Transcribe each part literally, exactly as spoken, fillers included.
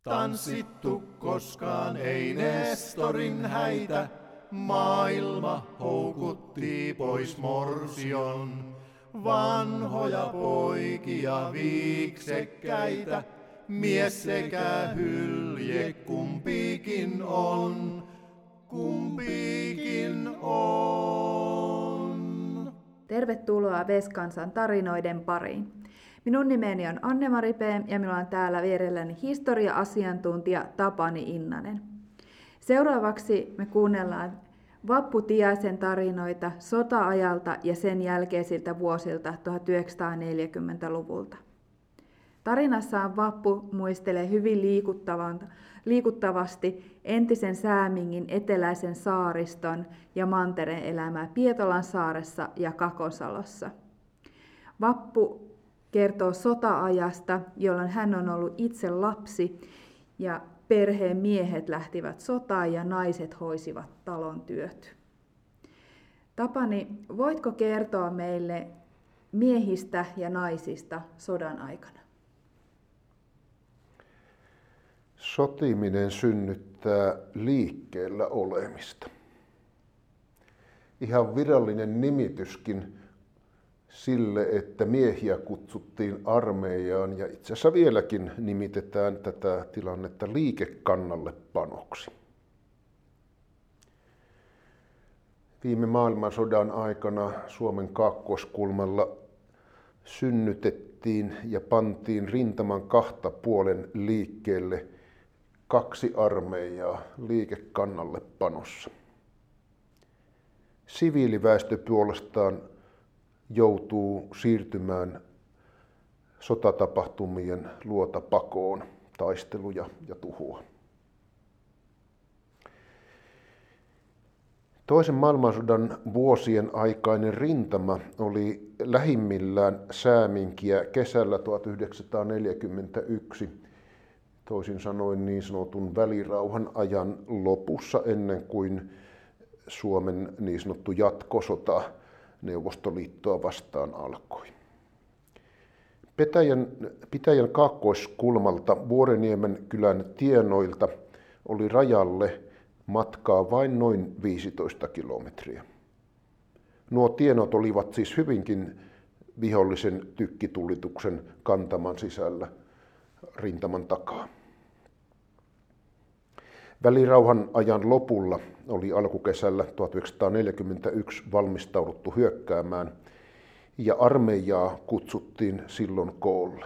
Tanssittu koskaan ei Nestorin häitä, maailma houkutti pois morsion. Vanhoja poikia viiksekkäitä, mies sekä hylje kumpikin on, kumpikin on. Tervetuloa Veskansan tarinoiden pariin. Minun nimeni on Anne-Mari P. ja minulla on täällä vierelläni historia-asiantuntija Tapani Innanen. Seuraavaksi me kuunnellaan Vappu Tiaisen tarinoita sota-ajalta ja sen jälkeisiltä vuosilta tuhatyhdeksänsataaneljäkymmentäluvulta. Tarinassaan Vappu muistelee hyvin liikuttavasti entisen Säämingin eteläisen saariston ja mantereen elämää Pietolan saaressa ja Kakosalossa. Vappu kertoo sota-ajasta, jolloin hän on ollut itse lapsi ja perheen miehet lähtivät sotaan ja naiset hoisivat talon työt. Tapani, voitko kertoa meille miehistä ja naisista sodan aikana? Sotiminen synnyttää liikkeellä olemista. Ihan virallinen nimityskin sille, että miehiä kutsuttiin armeijaan ja itse asiassa vieläkin nimitetään tätä tilannetta liikekannallepanoksi. Viime maailmansodan aikana Suomen kaakkoiskulmalla synnytettiin ja pantiin rintaman kahta puolen liikkeelle kaksi armeijaa liikekannallepanossa. Siviiliväestö puolestaan joutuu siirtymään sotatapahtumien luota pakoon, taisteluja ja tuhoa. Toisen maailmansodan vuosien aikainen rintama oli lähimmillään Sääminkiä kesällä tuhatyhdeksänsataaneljäkymmentäyksi, toisin sanoen niin sanotun välirauhan ajan lopussa ennen kuin Suomen niin sanottu jatkosota Neuvostoliittoa vastaan alkoi. Petäjän, Pitäjän kaakkoiskulmalta Vuoreniemen kylän tienoilta oli rajalle matkaa vain noin viisitoista kilometriä. Nuo tienot olivat siis hyvinkin vihollisen tykkitulituksen kantaman sisällä rintaman takaa. Välirauhan ajan lopulla oli alkukesällä tuhatyhdeksänsataaneljäkymmentäyksi valmistauduttu hyökkäämään ja armeijaa kutsuttiin silloin koolle.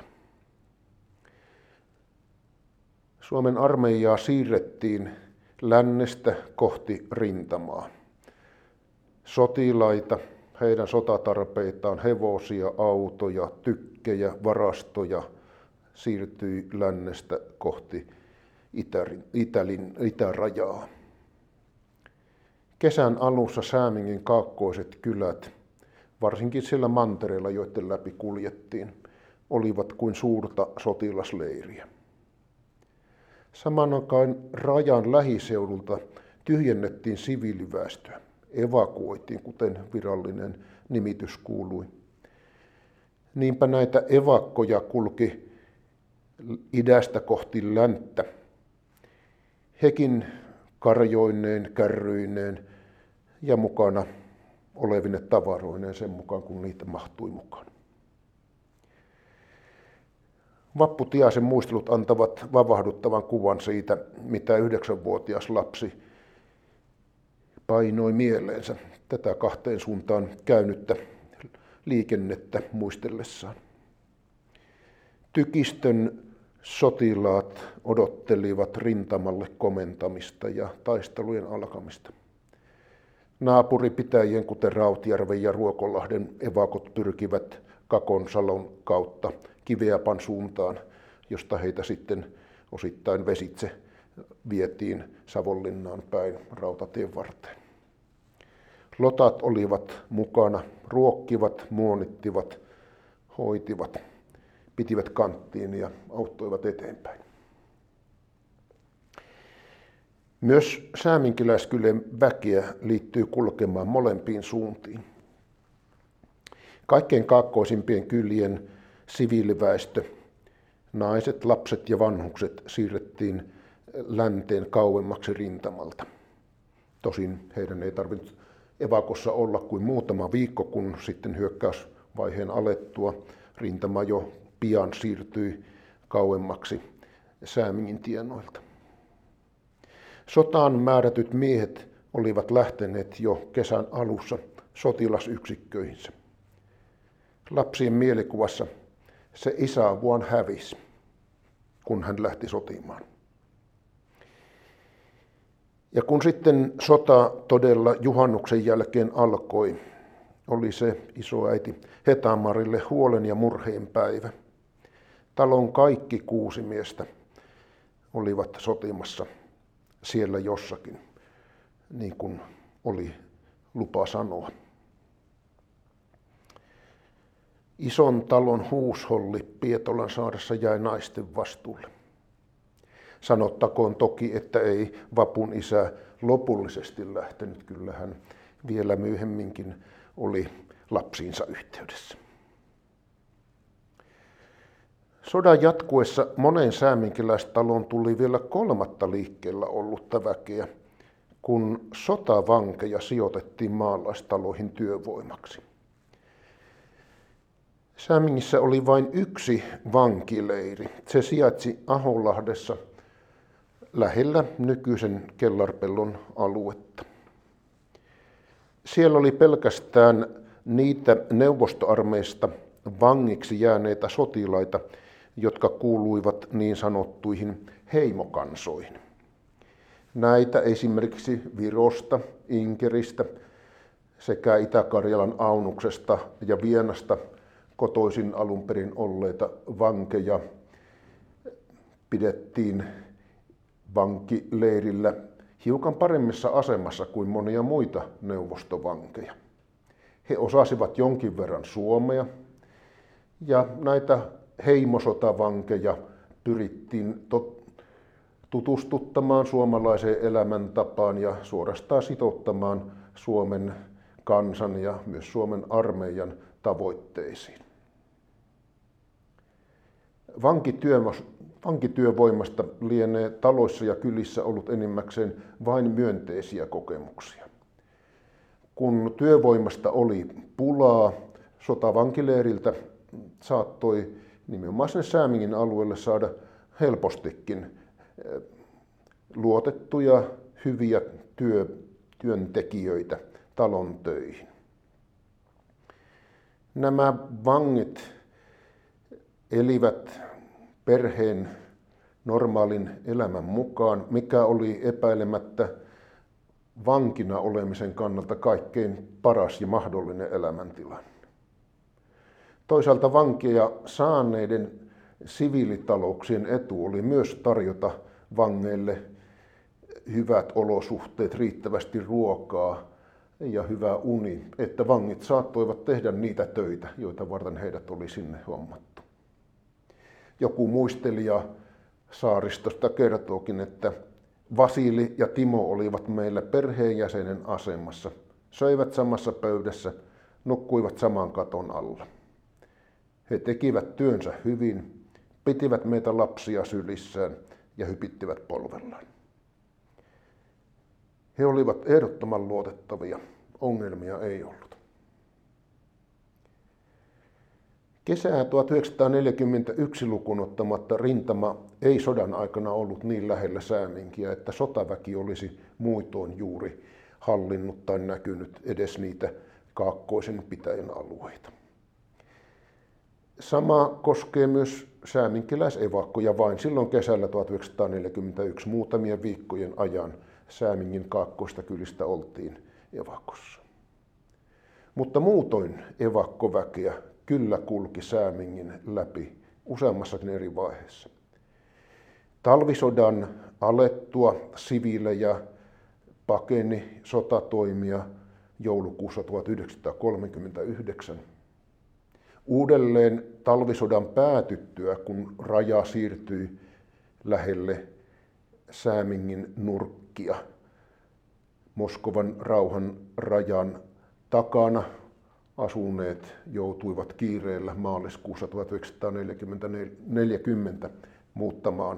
Suomen armeijaa siirrettiin lännestä kohti rintamaa. Sotilaita, heidän sotatarpeitaan, hevosia, autoja, tykkejä, varastoja siirtyi lännestä kohti Itälin, itärajaa. Kesän alussa Säämingin kaakkoiset kylät, varsinkin siellä mantereella, joiden läpi kuljettiin, olivat kuin suurta sotilasleiriä. Samaan aikaan rajan lähiseudulta tyhjennettiin siviiliväestöä, evakuoitiin, kuten virallinen nimitys kuului. Niinpä näitä evakkoja kulki idästä kohti länttä. Hekin karjoineen, kärryineen ja mukana olevine tavaroineen sen mukaan, kun niitä mahtui mukaan. Vappu Tiaisen muistelut antavat vavahduttavan kuvan siitä, mitä yhdeksänvuotias lapsi painoi mieleensä tätä kahteen suuntaan käynyttä liikennettä muistellessaan. Tykistön sotilaat odottelivat rintamalle komentamista ja taistelujen alkamista. Naapuripitäjien, kuten Rautjärven ja Ruokolahden evakot pyrkivät Kakonsalon kautta Kiveäpan suuntaan, josta heitä sitten osittain vesitse vietiin Savonlinnaan päin rautatien varteen. Lotat olivat mukana, ruokkivat, muonittivat, hoitivat, pitivät kanttiin ja auttoivat eteenpäin. Myös sääminkiläiskylien väkeä liittyy kulkemaan molempiin suuntiin. Kaikkein kaakkoisimpien kylien siviiliväestö naiset, lapset ja vanhukset siirrettiin länteen kauemmaksi rintamalta. Tosin heidän ei tarvinnut evakossa olla kuin muutama viikko, kun sitten hyökkäysvaiheen alettua rintama jo pian siirtyi kauemmaksi Säämingin tienoilta. Sotaan määrätyt miehet olivat lähteneet jo kesän alussa sotilasyksikköihinsä. Lapsien mielikuvassa se isä vaan hävisi, kun hän lähti sotimaan. Ja kun sitten sota todella juhannuksen jälkeen alkoi, oli se isoäiti Hetamarille huolen ja murheen päivä. Talon kaikki kuusi miestä olivat sotimassa siellä jossakin, niin kuin oli lupa sanoa. Ison talon huusholli Pietolan saaressa jäi naisten vastuulle. Sanottakoon toki, että ei Vapun isä lopullisesti lähtenyt, kyllä hän vielä myöhemminkin oli lapsiinsa yhteydessä. Sodan jatkuessa monen sääminkiläistaloon tuli vielä kolmatta liikkeellä ollutta väkeä, kun sotavankeja sijoitettiin maalaistaloihin työvoimaksi. Säämingissä oli vain yksi vankileiri. Se sijaitsi Aholahdessa lähellä nykyisen Kellarpellon aluetta. Siellä oli pelkästään niitä neuvostoarmeista vangiksi jääneitä sotilaita, jotka kuuluivat niin sanottuihin heimokansoihin. Näitä esimerkiksi Virosta, Inkeristä sekä Itä-Karjalan Aunuksesta ja Vienasta kotoisin alun perin olleita vankeja pidettiin vankileirillä hiukan paremmassa asemassa kuin monia muita neuvostovankeja. He osasivat jonkin verran suomea ja näitä heimosotavankeja pyrittiin tutustuttamaan suomalaiseen elämäntapaan ja suorastaan sitouttamaan Suomen kansan ja myös Suomen armeijan tavoitteisiin. Vankityövoimasta lienee taloissa ja kylissä ollut enimmäkseen vain myönteisiä kokemuksia. Kun työvoimasta oli pulaa, sotavankileiriltä saattoi nimenomaan sen Säämingin alueelle saada helpostikin luotettuja, hyviä työ, työntekijöitä talon töihin. Nämä vangit elivät perheen normaalin elämän mukaan, mikä oli epäilemättä vankina olemisen kannalta kaikkein paras ja mahdollinen elämäntilanne. Toisaalta vankeja saaneiden siviilitalouksien etu oli myös tarjota vangeille hyvät olosuhteet, riittävästi ruokaa ja hyvä uni, että vangit saattoivat tehdä niitä töitä, joita varten heidät oli sinne hommattu. Joku muistelija saaristosta kertookin, että Vasili ja Timo olivat meillä perheenjäsenen asemassa, söivät samassa pöydässä, nukkuivat saman katon alla. He tekivät työnsä hyvin, pitivät meitä lapsia sylissään ja hypittivät polvellaan. He olivat ehdottoman luotettavia, ongelmia ei ollut. Kesää tuhatyhdeksänsataaneljäkymmentäyksi lukuun ottamatta rintama ei sodan aikana ollut niin lähellä Sääminkiä, että sotaväki olisi muutoin juuri hallinnut tai näkynyt edes niitä kaakkoisen pitäjän alueita. Sama koskee myös sääminkiläisevakkoja. Vain silloin kesällä tuhatyhdeksänsataaneljäkymmentäyksi muutamien viikkojen ajan Säämingin kaakkoista kylistä oltiin evakossa. Mutta muutoin evakkoväkeä kyllä kulki Säämingin läpi useammassakin eri vaiheessa. Talvisodan alettua siviilejä pakeni sotatoimia joulukuussa tuhatyhdeksänsataakolmekymmentäyhdeksän. Uudelleen talvisodan päätyttyä, kun raja siirtyi lähelle Säämingin nurkkia Moskovan rauhan rajan takana asuneet joutuivat kiireellä maaliskuussa tuhatyhdeksänsataaneljäkymmentä muuttamaan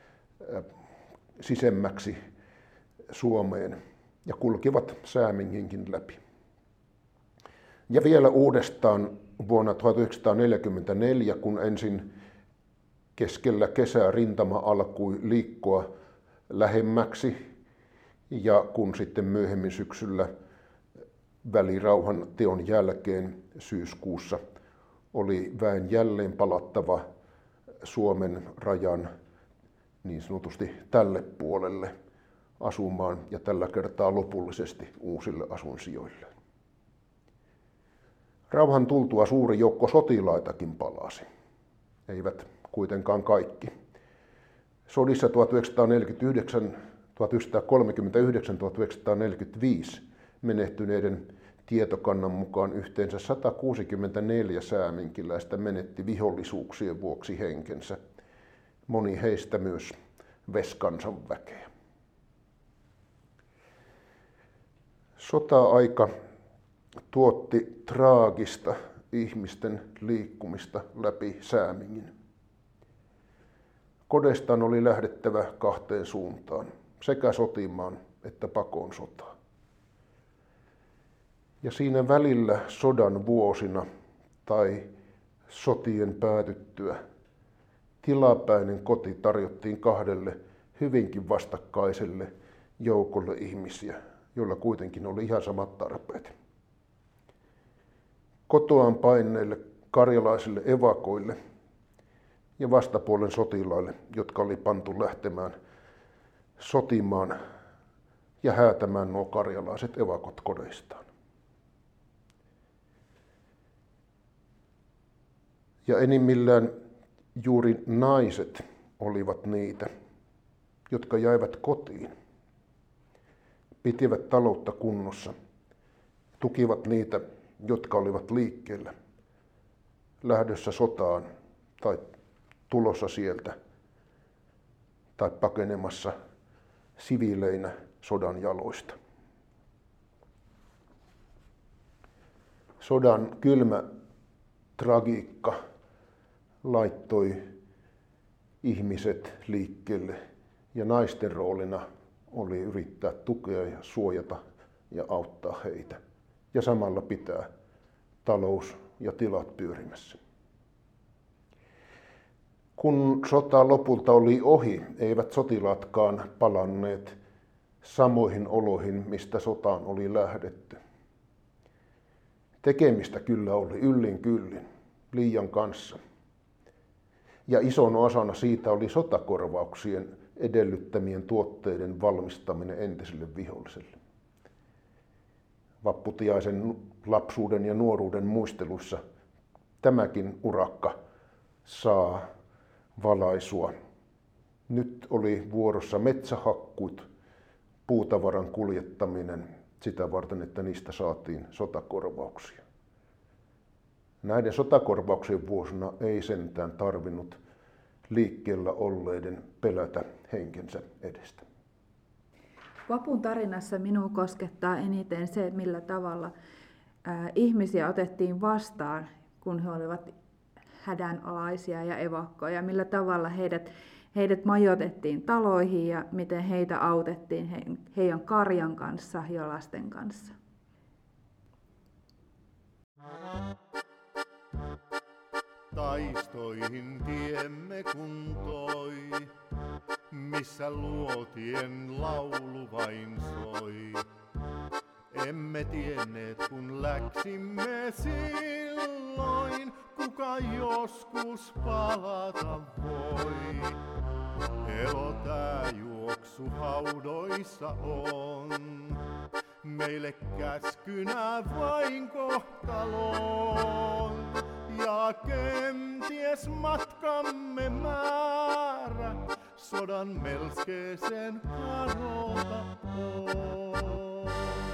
sisemmäksi Suomeen ja kulkivat Sääminginkin läpi. Ja vielä uudestaan vuonna tuhatyhdeksänsataaneljäkymmentäneljä, kun ensin keskellä kesää rintama alkoi liikkua lähemmäksi ja kun sitten myöhemmin syksyllä välirauhan teon jälkeen syyskuussa oli väen jälleen palattava Suomen rajan niin sanotusti tälle puolelle asumaan ja tällä kertaa lopullisesti uusille asuinsijoille. Rauhan tultua suuri joukko sotilaitakin palasi, eivät kuitenkaan kaikki. Sodissa tuhatyhdeksänsataaneljäkymmentäyhdeksän, tuhatyhdeksänsataakolmekymmentäyhdeksän tuhatyhdeksänsataaneljäkymmentäviisi menehtyneiden tietokannan mukaan yhteensä sata kuusikymmentäneljä sääminkiläistä menetti vihollisuuksien vuoksi henkensä. Moni heistä myös veskansan väkeä. Sota-aika tuotti traagista ihmisten liikkumista läpi Säämingin. Kodeistaan oli lähdettävä kahteen suuntaan, sekä sotimaan että pakoon sotaan. Ja siinä välillä sodan vuosina tai sotien päätyttyä tilapäinen koti tarjottiin kahdelle hyvinkin vastakkaiselle joukolle ihmisiä, joilla kuitenkin oli ihan samat tarpeet. Kotoaan paineille karjalaisille evakoille ja vastapuolen sotilaille, jotka oli pantu lähtemään sotimaan ja häätämään nuo karjalaiset evakot kodeistaan. Ja enimmillään juuri naiset olivat niitä, jotka jäivät kotiin, pitivät taloutta kunnossa, tukivat niitä, jotka olivat liikkeellä, lähdössä sotaan tai tulossa sieltä tai pakenemassa siviileinä sodan jaloista. Sodan kylmä tragiikka laittoi ihmiset liikkeelle ja naisten roolina oli yrittää tukea ja suojata ja auttaa heitä ja samalla pitää talous ja tilat pyörimässä. Kun sota lopulta oli ohi, eivät sotilaatkaan palanneet samoihin oloihin, mistä sotaan oli lähdetty. Tekemistä kyllä oli yllin kyllin, liian kanssa. Ja ison osana siitä oli sotakorvauksien edellyttämien tuotteiden valmistaminen entiselle viholliselle. Vapputiaisen lapsuuden ja nuoruuden muisteluissa tämäkin urakka saa valaisua. Nyt oli vuorossa metsähakkuut, puutavaran kuljettaminen sitä varten, että niistä saatiin sotakorvauksia. Näiden sotakorvauksien vuosina ei sentään tarvinnut liikkeellä olleiden pelätä henkensä edestä. Vapun tarinassa minua koskettaa eniten se, millä tavalla ihmisiä otettiin vastaan, kun he olivat hädänalaisia ja evakkoja, millä tavalla heidät, heidät majoitettiin taloihin ja miten heitä autettiin he, heidän karjan kanssa ja lasten kanssa. Taistoihin tiemme kuntoi, missä luotien laulu vain soi. Emme tienneet kun läksimme silloin, kuka joskus palata voi. Elo tää juoksu haudoissa on, meille käskynä vain kohtaloon. Ja kenties matkamme määrä sodan melskeeseen kadota on.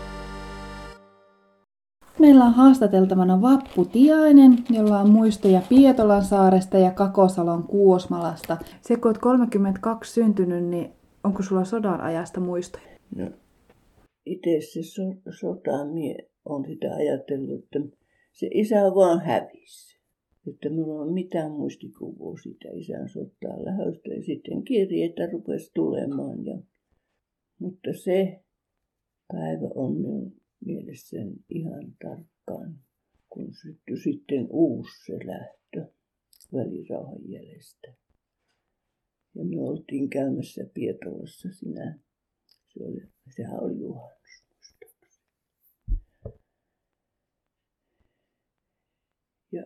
Meillä on haastateltavana Vappu Tiainen, jolla on muistoja Pietolan saaresta ja Kakosalon Kuosmalasta. Se kun olet kolmekymmentäkaksi syntynyt, niin onko sulla sodan ajasta muistoja? No, itse se so- sota, minä olen sitä ajatellut, että se isä vaan hävisi. Että minulla on mitään muistikuvaa siitä isän sotaan lähdöstä. Ja sitten kirjeitä rupesi tulemaan. Ja... Mutta se päivä on minun mielessäni ihan tarkkaan, kun syttyi sitten uusi se lähtö välirauhan jäljestä. Ja me oltiin käymässä Pietolassa sinä. Se oli, sehän oli juhannus muistaakseni. Ja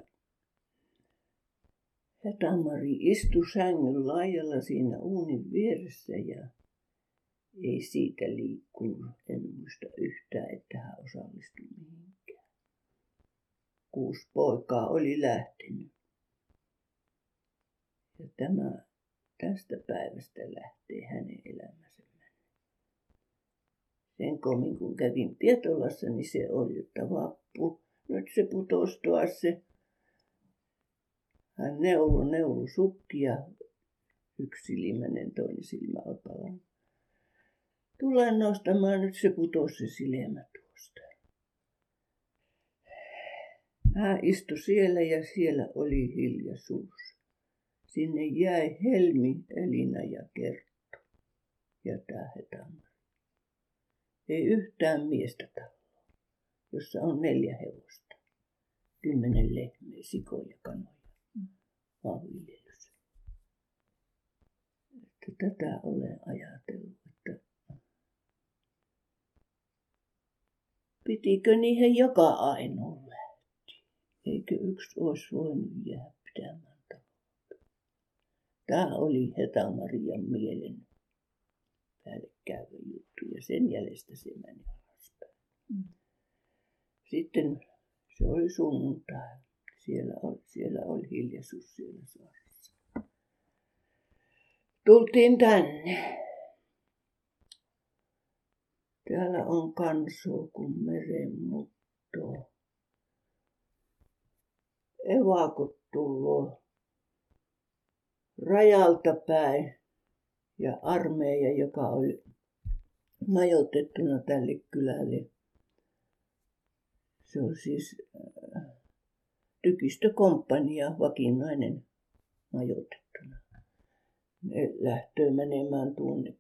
Heta-Mari istui sängyn laajalla siinä uunin vieressä ja ei siitä liikkunut. En muista yhtään, että hän osallistui mihinkään. Kuusi poikaa oli lähtenyt. Ja tämä, tästä päivästä lähtee hänen elämänsä. Sen komin kun kävin Pietolassa, niin se oli, että vappu. Nyt se putosi taas se. Hän neulu, neulu sukki ja yksi silmäinen, toinen silmä oli palannut. Tulen nostamaan, nyt se putosi se silmä tuosta. Hän istui siellä ja siellä oli hiljaisuus. Sinne jäi Helmi, Elina ja Kerttu ja tämä Heta-Mari. Ei yhtään miestä taloa, jossa on neljä hevosta, kymmenen lehmiä, sikoja, kanoja, maanviljelys. Että tätä olen ajatellut, että pitikö niihin joka ainoa lähti, eikö yksi olisi voinut jäädä pitämään taloutta. Tämä oli Heta-Marian mielen päälle käyvä juttu ja sen jäljestä se meni alaspäin. Mm. Sitten se oli sunnuntai. Siellä oli, siellä oli hiljaisuus siellä saaressa. Tultiin tänne. Täällä on kansoa kuin merenmuttoa. Evakot tulloo rajalta päin ja armeija, joka oli majoitettuna tälle kylälle. Se on siis äh, tykistökomppania, vakinainen majoitettuna. Ne lähtee menemään tuonne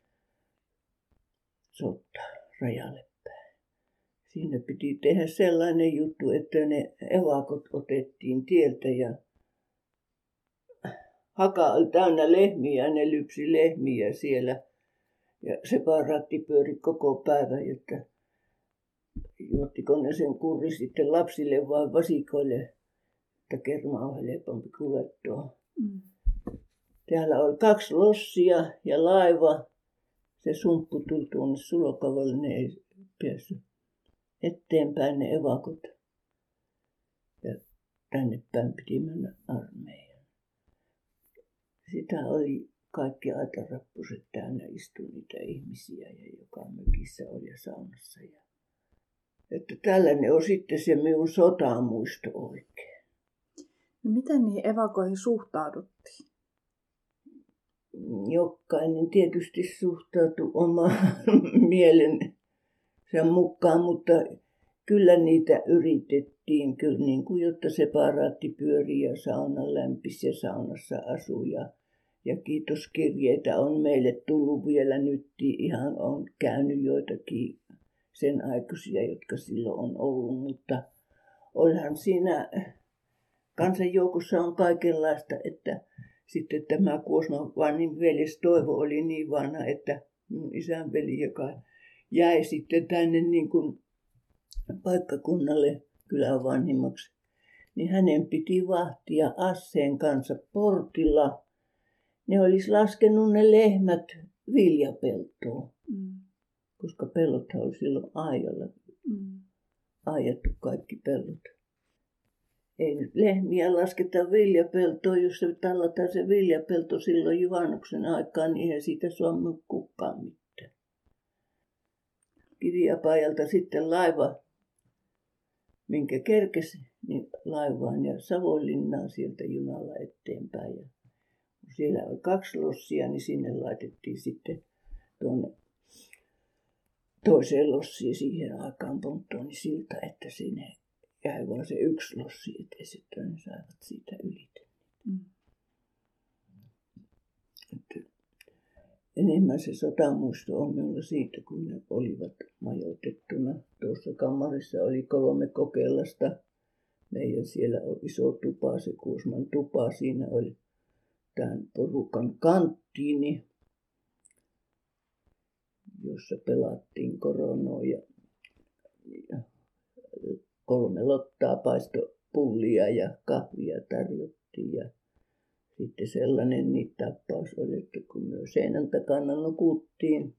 sotta rajalle päin. Siinä piti tehdä sellainen juttu, että ne evakot otettiin tieltä ja haka oli täynnä lehmiä ja ne lypsi lehmiä siellä. Ja separaatti pyöri koko päivän, että juottiko ne sen kurri sitten lapsille vai vasikoille, että kerma on helpompi kuljettua. Mm. Täällä oli kaksi lossia ja laiva. Se sumppu tuli tuonne Sulokavalle, ne ei päässyt eteenpäin ne evakot. Ja tänne päin piti mennä armeijaan. Sitä oli kaikki aitarappuset täynnä, istui niitä ihmisiä ja joka mökissä oli ja saunassa. Ja että tällainen on sitten se minun sotamuisto oikein. No miten niihin evakoihin suhtauduttiin? Jokainen tietysti suhtautui omaan mielensä mukaan, mutta kyllä niitä yritettiin, kyllä niin kuin, jotta separaatti pyöri ja sauna lämpisi ja saunassa asui. Ja, ja kiitoskirjeitä on meille tullut vielä nyt, ihan on käynyt joitakin sen aikuisia, jotka silloin on ollut, mutta olihan siinä kansanjoukossa on kaikenlaista, että sitten tämä Kuosman vanhin veljes Toivo oli niin vanha, että minun isän veli, joka jäi sitten tänne niin kuin paikkakunnalle kylän vanhimmaksi, niin hänen piti vahtia asseen kanssa portilla. Ne olisi laskenut ne lehmät viljapeltoon, mm. koska pellothan oli silloin aijalla mm. aijattu kaikki pellot. Ei nyt lehmiä lasketa viljapeltoon, jos se tallataan se viljapelto silloin juhannuksen aikaan, niin eihän siitä saa kukaan mitään. Kiviapajalta sitten laiva, minkä kerkesi, niin laivaan ja Savonlinnaan sieltä junalla eteenpäin. Ja kun siellä oli kaksi lossia, niin sinne laitettiin sitten tuonne toiseen lossiin siihen aikaan ponttoonin silta, että sinne jäi vaan se yksi lossi eteen, että ne saivat siitä ylitä. Mm. Että enemmän se sotamuisto on minulla siitä, kun ne olivat majoitettuna. Tuossa kammarissa oli kolme kokeellasta. Meidän siellä oli iso tupa, se Kuusman tupa. Siinä oli tämän porukan kanttiini, jossa pelattiin koronoa ja, ja kolme lottaa paistopullia ja kahvia tarjottiin. Ja sitten sellainen tapaus oli, että kun me seinän takana nukuttiin,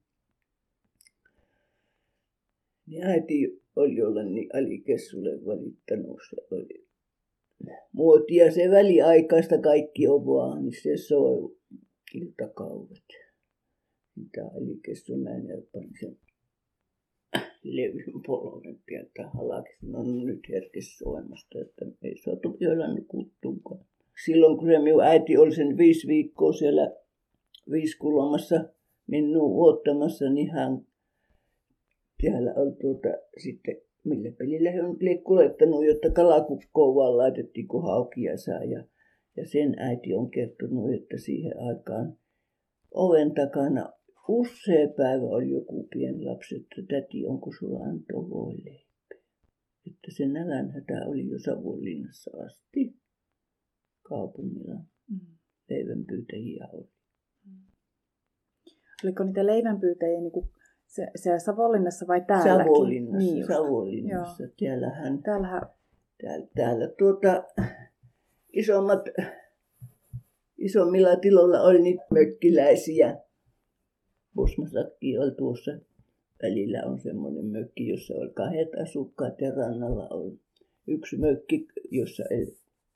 niin äiti oli jollain alikessulle valittanut. Se oli muotia se väliaikaista, kaikki on vaan, niin se soi iltakauvet. Mitä alikessu Mäenjärv pani sen levyn polven pieltä halaki. No nyt herkesi soimasta, että ei saatu yöllä nukuttuunkaan. Silloin kun se minun äiti oli sen viisi viikkoa siellä Viiskulmassa minua odottamassa, niin hän täällä on tuota sitten, millä pelillä he on kuljettanut, jotta kalakukkoon vaan laitettiin, kun haukia saa. Ja, ja sen äiti on kertonut, että siihen aikaan oven takana usea päivä oli joku pieni lapsi, että täti, onko sulla antoi voileipää. Että se nälänhätä oli jo Savonlinnassa asti kaupungilla. Mm. Leivänpyytäjiä oli. Mm. Oliko niitä leivänpyytäjiä niin kuin se, siellä Savonlinnassa vai täälläkin? Savonlinnassa. Niin Savonlinnassa. Täällähän, Täällähän... Täällä, täällä tuota, isommat, isommilla tiloilla oli niitä mökkiläisiä. Bosmasakki oli tuossa välillä on semmoinen mökki, jossa oli kahdet asukkaat ja rannalla oli yksi mökki, jossa ei,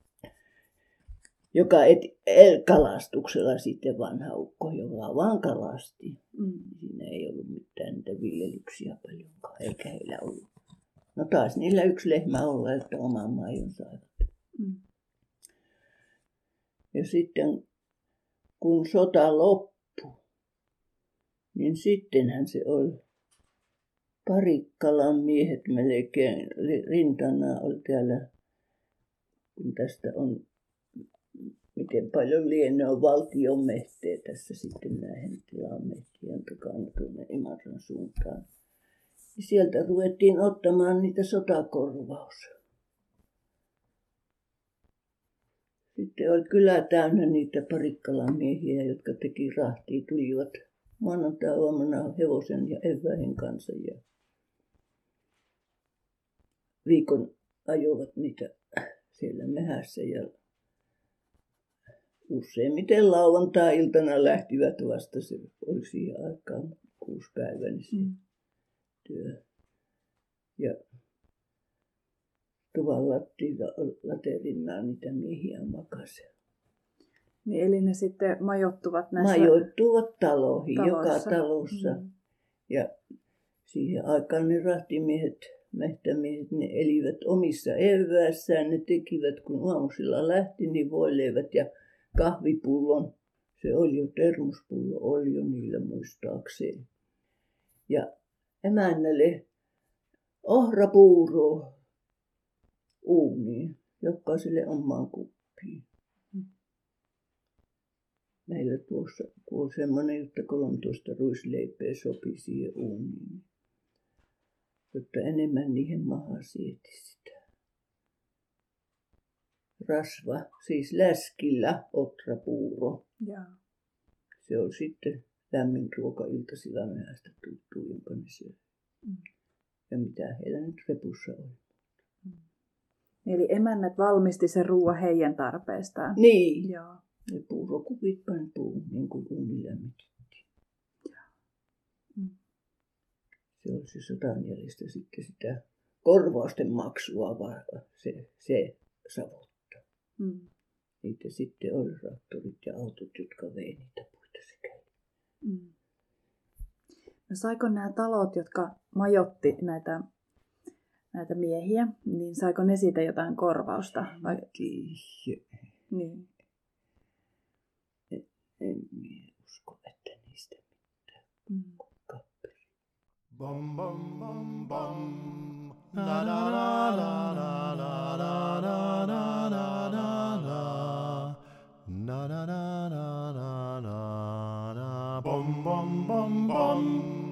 joka et, el, kalastuksella sitten vanha ukko, joka vaan kalasti. Mm. Siinä ei ollut mitään niitä viljelyksiä paljonkaan, eikä heillä ollut. No taas niillä yksi lehmä olla, että oman maidon saivat. Mm. Ja sitten kun sota loppui, niin sittenhän se oli Parikkalan miehet melkein rintana oli täällä, kun tästä on, miten paljon lienee on valtion mehteä tässä sitten näihin tilan mehtien takana tuonne Imatran suuntaan. Ja sieltä ruvettiin ottamaan niitä sotakorvaus. Sitten oli kylä täynnä niitä Parikkalan miehiä, jotka teki rahtia, tulivat maanantai-aamuna hevosen ja eväiden kanssa ja viikon ajoivat niitä siellä mehässä ja useimmiten lauantai-iltana lähtivät vasta, se oli siihen aikaan kuusipäiväinen se Mm. työ. Ja tuvan laterinaan niitä miehiä makasi. Niin, eli ne sitten majoittuvat näissä... Majoittuvat taloihin, taloissa. joka talossa. Mm. Ja siihen aikaan ne rahtimiehet, mehtämiehet, ne elivät omissa eväässään. Ne tekivät, kun aamusilla lähti, niin voileivät ja kahvipullon. Se oli jo, termospullo oli jo niillä muistaakseen. Ja emännälle ohrapuuroa uuniin, jokaiselle omaan kuppiin. Meillä tuossa kun on semmoinen, että kolmetoista ruisleipeä sopi siihen uuniin, jotta enemmän niihin maha sieti sitä. Rasva, siis läskillä otrapuuro. Jaa. Se on sitten lämmin ruoka iltasilla myöhäistä tuttuu, jonka ne syö. Mm. Ja mitä heillä nyt repussa oli. Mm. Eli emännät valmisti sen ruoan heidän tarpeestaan. Niin. Joo. Ne puurokupit pani puun, niin kuin uuni lämmitettiin. Mm. Se oli se sodan jäljestä sitten sitä korvausten maksua, vaan se, se savottaa. Mm. Niitä sitten oli traktorit ja autot, jotka vei niitä puita sekä. Mm. No saiko nämä talot, jotka majoitti näitä, näitä miehiä, niin saiko ne siitä jotain korvausta? Vai? Niin. En, en minä usko, että niistä mitään. Mm. Bam bam bam bam. Na na na na na na na na na na na. Na na na na na na na. Bom bom bom bom.